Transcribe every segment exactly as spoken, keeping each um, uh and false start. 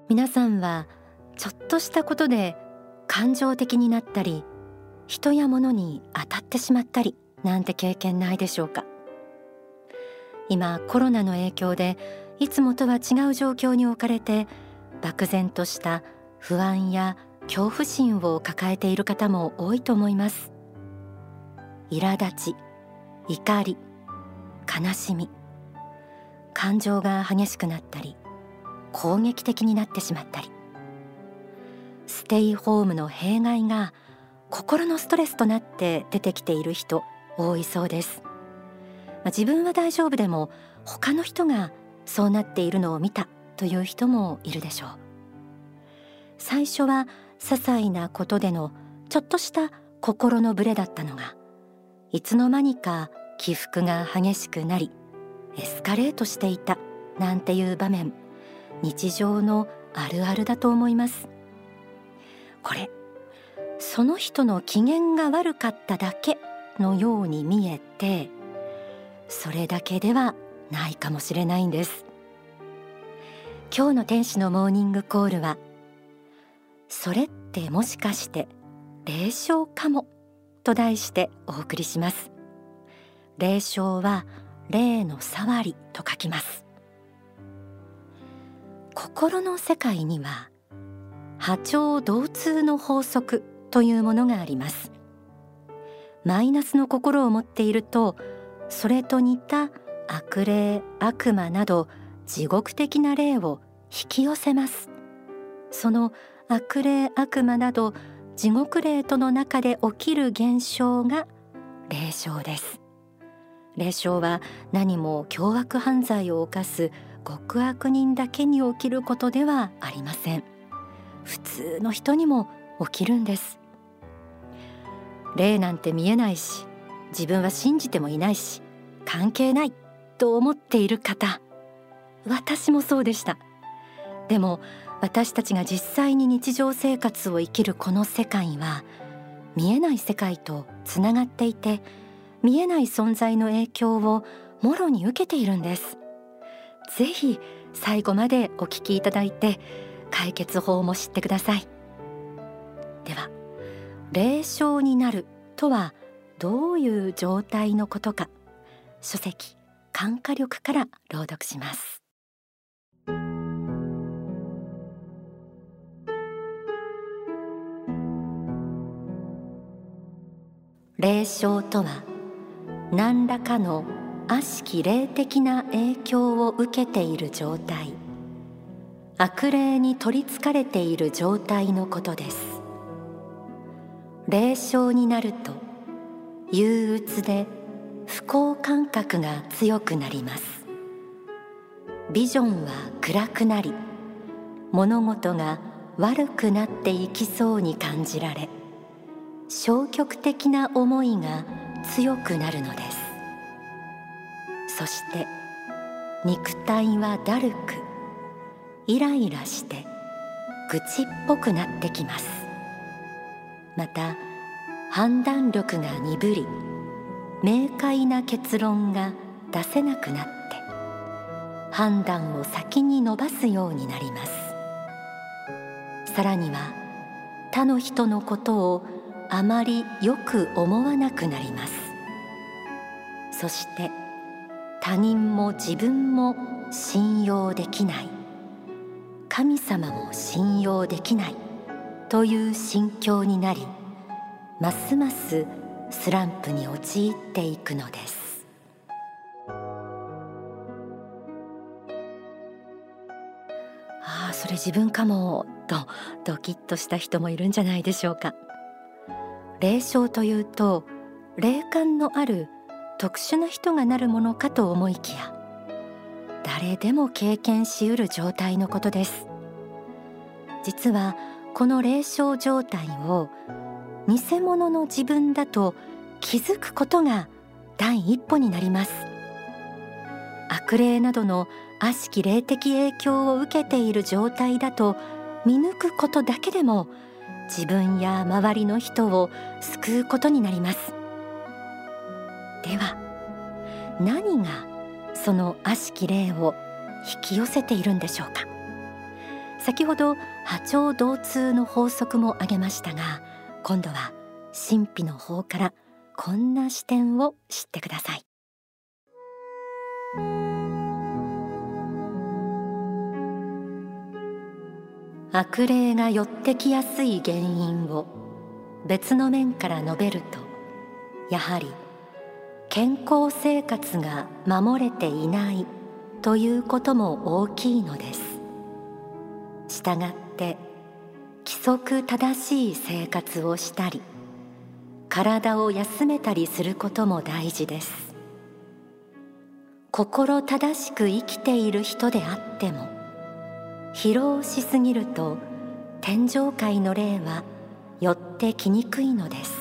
皆さんはちょっとしたことで感情的になったり、人や物に当たってしまったりなんて経験ないでしょうか。今コロナの影響でいつもとは違う状況に置かれて、漠然とした不安や恐怖心を抱えている方も多いと思います。苛立ち、怒り、悲しみ、感情が激しくなったり、攻撃的になってしまったり、ステイホームの弊害が心のストレスとなって出てきている人多いそうです。まあ、自分は大丈夫でも他の人がそうなっているのを見たという人もいるでしょう。最初は些細なことでのちょっとした心のブレだったのが、いつの間にか起伏が激しくなりエスカレートしていたなんていう場面、日常のあるあるだと思います。これ、その人の機嫌が悪かっただけのように見えて、それだけではないかもしれないんです。今日の天使のモーニングコールは、それってもしかして霊障かもと題してお送りします。霊障は霊の触りと書きます。心の世界には波長同通の法則というものがあります。マイナスの心を持っていると、それと似た悪霊、悪魔など地獄的な霊を引き寄せます。その悪霊、悪魔など地獄霊との中で起きる現象が霊障です。霊障は何も凶悪犯罪を犯す極悪人だけに起きることではありません。普通の人にも起きるんです。霊なんて見えないし、自分は信じてもいないし、関係ないと思っている方、私もそうでした。でも私たちが実際に日常生活を生きるこの世界は、見えない世界とつながっていて、見えない存在の影響をもろに受けているんです。ぜひ最後までお聞きいただいて、解決法も知ってください。では、霊障になるとはどういう状態のことか、書籍感化力から朗読します。霊障とは、何らかの悪しき霊的な影響を受けている状態、悪霊に取りつかれている状態のことです。霊障になると、憂鬱で不幸感覚が強くなります。ビジョンは暗くなり、物事が悪くなっていきそうに感じられ、消極的な思いが強くなるのです。そして肉体はだるく、イライラして愚痴っぽくなってきます。また判断力が鈍り、明快な結論が出せなくなって、判断を先に伸ばすようになります。さらには他の人のことをあまりよく思わなくなります。そして他人も自分も信用できない、神様も信用できないという心境になり、ますますスランプに陥っていくのです。ああ、それ自分かもとドキッとした人もいるんじゃないでしょうか。霊障というと、霊感のある特殊な人がなるものかと思いきや、誰でも経験しうる状態のことです。実はこの霊障状態を偽物の自分だと気づくことが第一歩になります。悪霊などの悪しき霊的影響を受けている状態だと見抜くことだけでも、自分や周りの人を救うことになります。では、何がその悪しき霊を引き寄せているんでしょうか。 先ほど波長同通の法則も挙げましたが、今度は神秘の方からこんな視点を知ってください。悪霊が寄ってきやすい原因を別の面から述べると、やはり健康生活が守れていないということも大きいのです。したがって規則正しい生活をしたり、体を休めたりすることも大事です。心正しく生きている人であっても、疲労しすぎると天上界の霊は寄ってきにくいのです。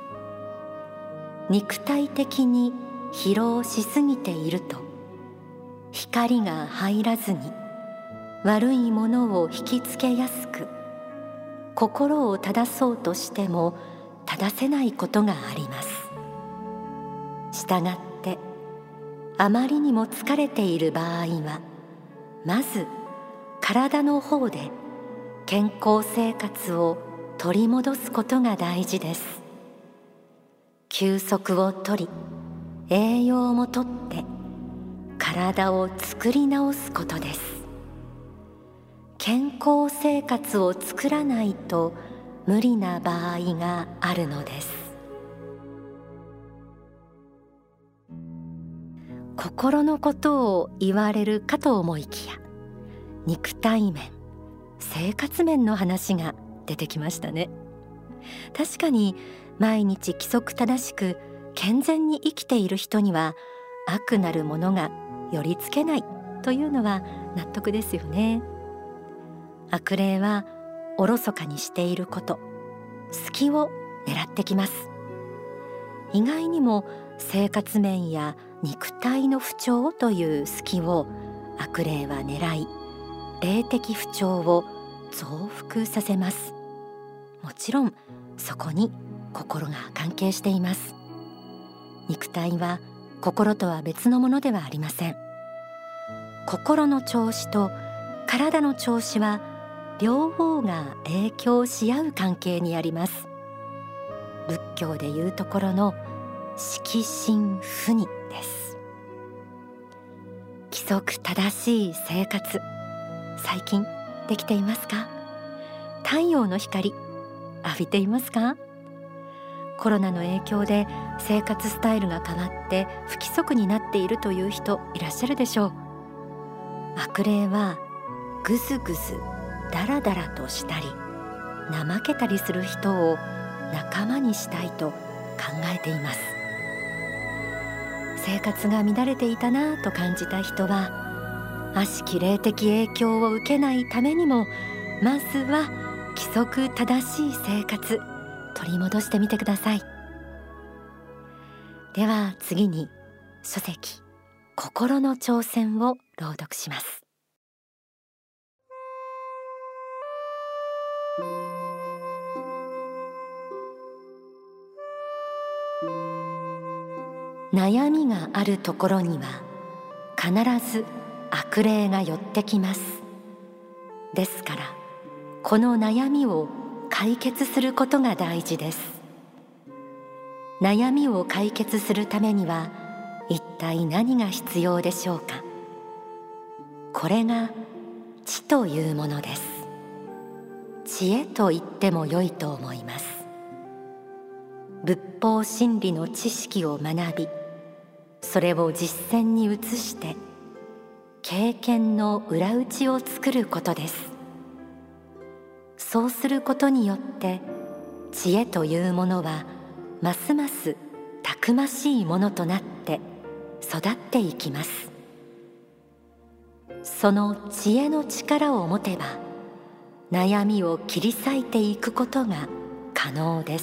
肉体的に疲労しすぎていると、光が入らずに悪いものを引きつけやすく、心を正そうとしても正せないことがあります。したがってあまりにも疲れている場合は、まず体の方で健康生活を取り戻すことが大事です。休息をとり、栄養もとって体を作り直すことです。健康生活を作らないと無理な場合があるのです。心のことを言われるかと思いきや、肉体面、生活面の話が出てきましたね。確かに毎日規則正しく健全に生きている人には悪なるものが寄りつけないというのは納得ですよね。悪霊はおろそかにしていること、隙を狙ってきます。意外にも生活面や肉体の不調という隙を悪霊は狙い、霊的不調を増幅させます。もちろんそこに心が関係しています。肉体は心とは別のものではありません。心の調子と体の調子は両方が影響し合う関係にあります。仏教でいうところの色心不二です。規則正しい生活、最近できていますか？太陽の光浴びていますか？コロナの影響で生活スタイルが変わって不規則になっているという人いらっしゃるでしょう。悪霊はぐずぐずだらだらとしたり怠けたりする人を仲間にしたいと考えています。生活が乱れていたなと感じた人は、悪しき霊的影響を受けないためにも、まずは規則正しい生活取り戻してみてください。では次に書籍心の挑戦を朗読します。悩みがあるところには必ず悪霊が寄ってきます。ですからこの悩みを解決することが大事です。悩みを解決するためには一体何が必要でしょうか。これが知というものです。知恵と言っても良いと思います。仏法真理の知識を学び、それを実践に移して経験の裏打ちを作ることです。そうすることによって知恵というものはますますたくましいものとなって育っていきます。その知恵の力を持てば悩みを切り裂いていくことが可能です。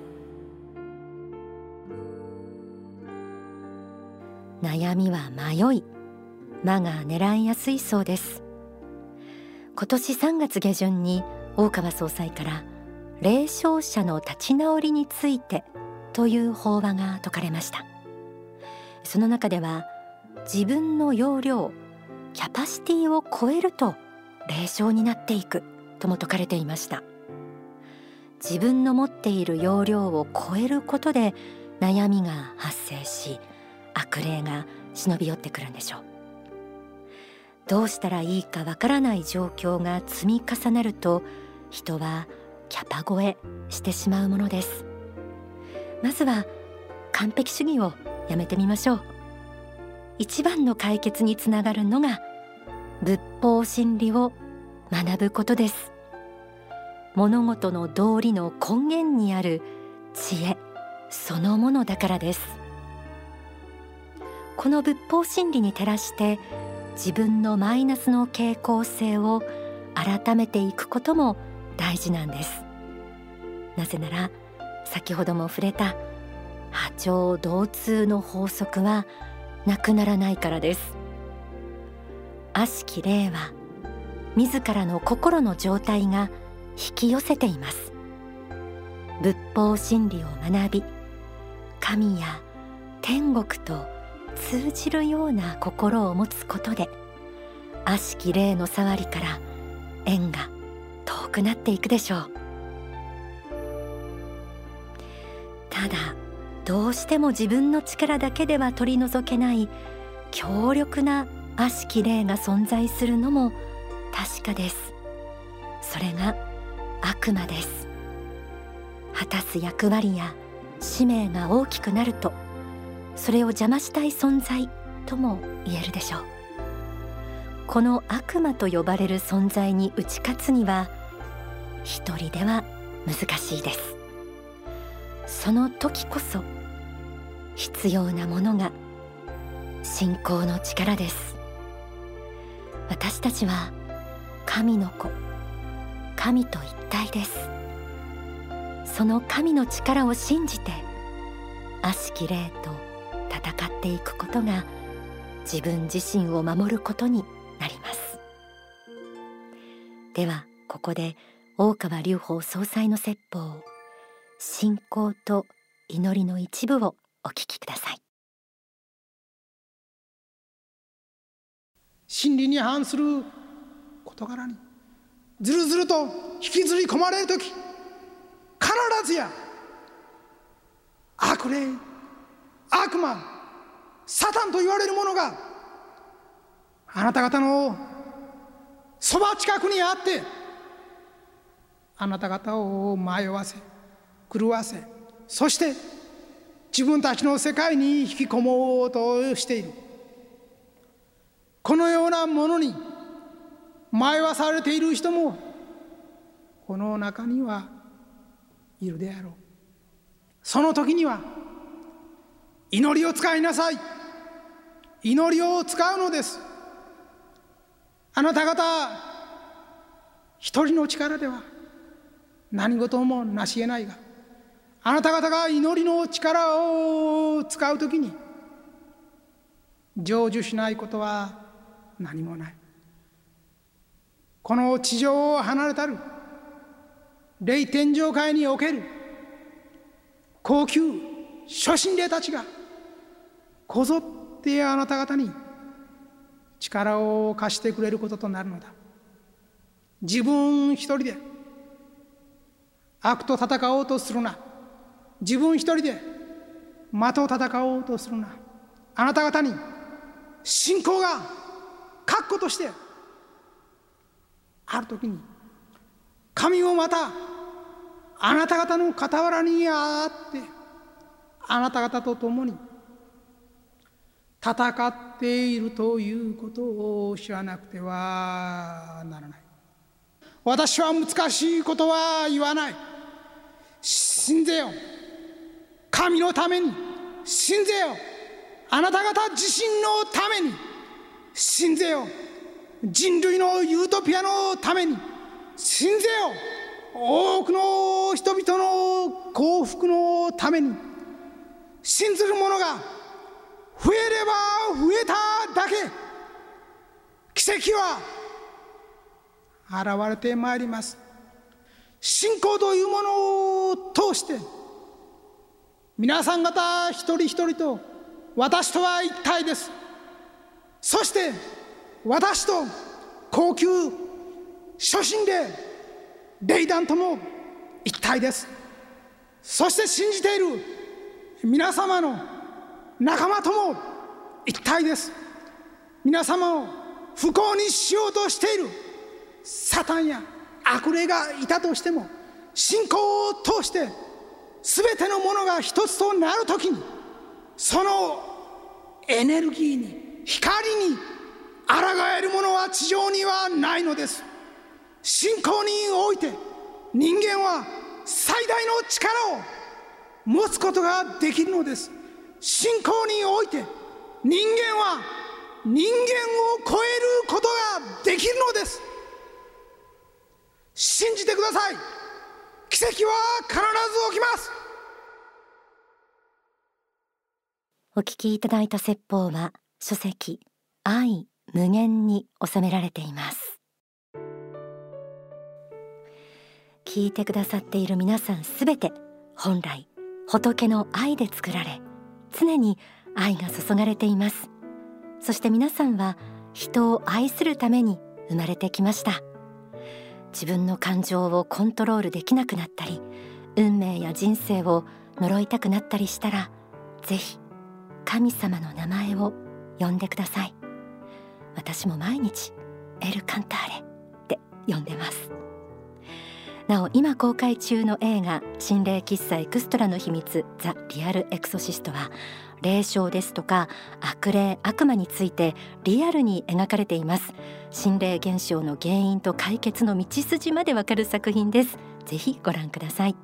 悩みは迷い、魔が狙いやすいそうです。今年さんがつ下旬に大川総裁から霊障者の立ち直りについてという法話が説かれました。その中では自分の容量、キャパシティを超えると霊障になっていくとも説かれていました。自分の持っている容量を超えることで悩みが発生し、悪霊が忍び寄ってくるんでしょう。どうしたらいいかわからない状況が積み重なると、人はキャパ超えしてしまうものです。まずは完璧主義をやめてみましょう。一番の解決につながるのが仏法真理を学ぶことです。物事の道理の根源にある知恵そのものだからです。この仏法真理に照らして自分のマイナスの傾向性を改めていくことも大事なんです。なぜなら先ほども触れた波長同通の法則はなくならないからです。悪しき霊は自らの心の状態が引き寄せています。仏法真理を学び、神や天国と通じるような心を持つことで、悪しき霊の触りから縁が遠くなっていくでしょう。ただどうしても自分の力だけでは取り除けない強力な悪しき霊が存在するのも確かです。それが悪魔です。果たす役割や使命が大きくなると、それを邪魔したい存在とも言えるでしょう。この悪魔と呼ばれる存在に打ち勝つには一人では難しいです。その時こそ必要なものが信仰の力です。私たちは神の子、神と一体です。その神の力を信じて悪しき霊と戦っていくことが自分自身を守ることになります。ではここで大川隆法総裁の説法、信仰と祈りの一部をお聞きください。 真理に反する事柄にずるずると引きずり込まれるとき、必ずや悪霊、悪魔、サタンと言われるものがあなた方のそば近くにあって、あなた方を迷わせ狂わせ、そして自分たちの世界に引き込もうとしている。このようなものに迷わされている人もこの中にはいるであろう。その時には祈りを使いなさい。祈りを使うのです。あなた方一人の力では何事も成し得ないが、あなた方が祈りの力を使うときに成就しないことは何もない。この地上を離れたる霊天上界における高級初心霊たちがこぞってあなた方に力を貸してくれることとなるのだ。自分一人で悪と戦おうとするな。自分一人で魔と戦おうとするな。あなた方に信仰が確固としてあるときに、神もまたあなた方の傍らにあってあなた方と共に戦っているということを知らなくてはならない。私は難しいことは言わない。信ぜよ、神のために信ぜよ。あなた方自身のために信ぜよ。人類のユートピアのために信ぜよ。多くの人々の幸福のために信ずる者が増えれば増えただけ奇跡は現れてまいります。信仰というものを通して皆さん方一人一人と私とは一体です。そして私と高級初心で霊団とも一体です。そして信じている皆様の仲間とも一体です。皆様を不幸にしようとしているサタンや悪霊がいたとしても、信仰を通して全てのものが一つとなるときに、そのエネルギーに、光に抗えるものは地上にはないのです。信仰において人間は最大の力を持つことができるのです。信仰において人間は人間を超えることができるのです。信じてください。奇跡は必ず起きます。 お聞きいただいた説法は書籍愛無限に収められています。聞いてくださっている皆さんすべて本来仏の愛で作られ、常に愛が注がれています。そして皆さんは人を愛するために生まれてきました。自分の感情をコントロールできなくなったり、運命や人生を呪いたくなったりしたら、ぜひ神様の名前を呼んでください。私も毎日エルカンターレって呼んでます。なお、今公開中の映画心霊喫茶エクストラの秘密ザ・リアルエクソシストは、霊障ですとか悪霊悪魔についてリアルに描かれています。心霊現象の原因と解決の道筋までわかる作品です。ぜひご覧ください。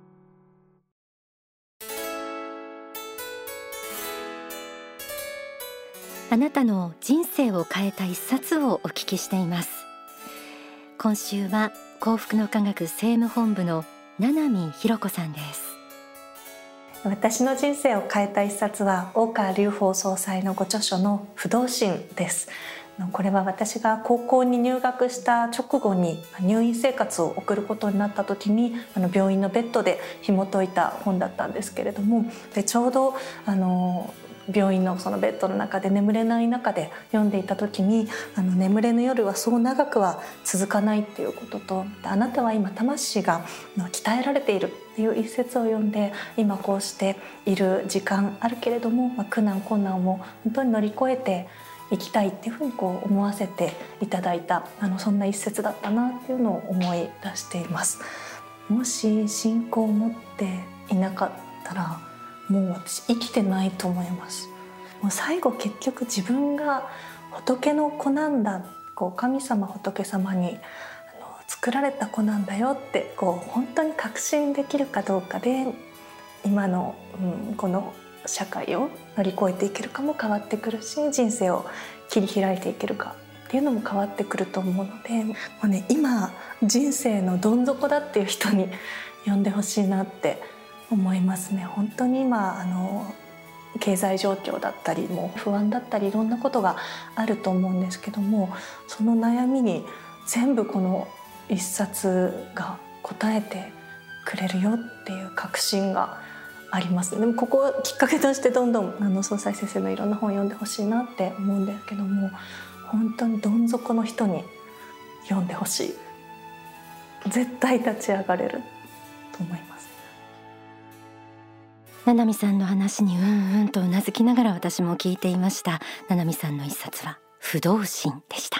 あなたの人生を変えた一冊をお聞きしています。今週は幸福の科学政務本部の七海ひろ子さんです。 私の人生を変えた一冊は大川隆法総裁のご著書の不動心です。これは私が高校に入学した直後に入院生活を送ることになった時に、あの病院のベッドで紐解いた本だったんですけれども、でちょうどあの病院のそのベッドの中で眠れない中で読んでいた時に、あの眠れぬ夜はそう長くは続かないっていうことと、あなたは今魂が鍛えられているっていう一節を読んで、今こうしている時間あるけれども、まあ、苦難困難を本当に乗り越えていきたいっていうふうにこう思わせていただいた、あのそんな一節だったなっていうのを思い出しています。もし信仰を持っていなかったら、もう私生きてないと思います。もう最後結局自分が仏の子なんだ、こう神様仏様にあの作られた子なんだよってこう本当に確信できるかどうかで、今の、うん、この社会を乗り越えていけるかも変わってくるし、人生を切り開いていけるかっていうのも変わってくると思うので、もうね、今人生のどん底だっていう人に呼んでほしいなって思いますね。本当に今あの経済状況だったりも不安だったりいろんなことがあると思うんですけども、その悩みに全部この一冊が答えてくれるよっていう確信があります。でもここをきっかけとしてどんどんあの総裁先生のいろんな本を読んでほしいなって思うんですけども、本当にどん底の人に読んでほしい。絶対立ち上がれると思います。 七海さんの話にうんうんとうなずきながら私も聞いていました。七海さんの一冊は不動心でした。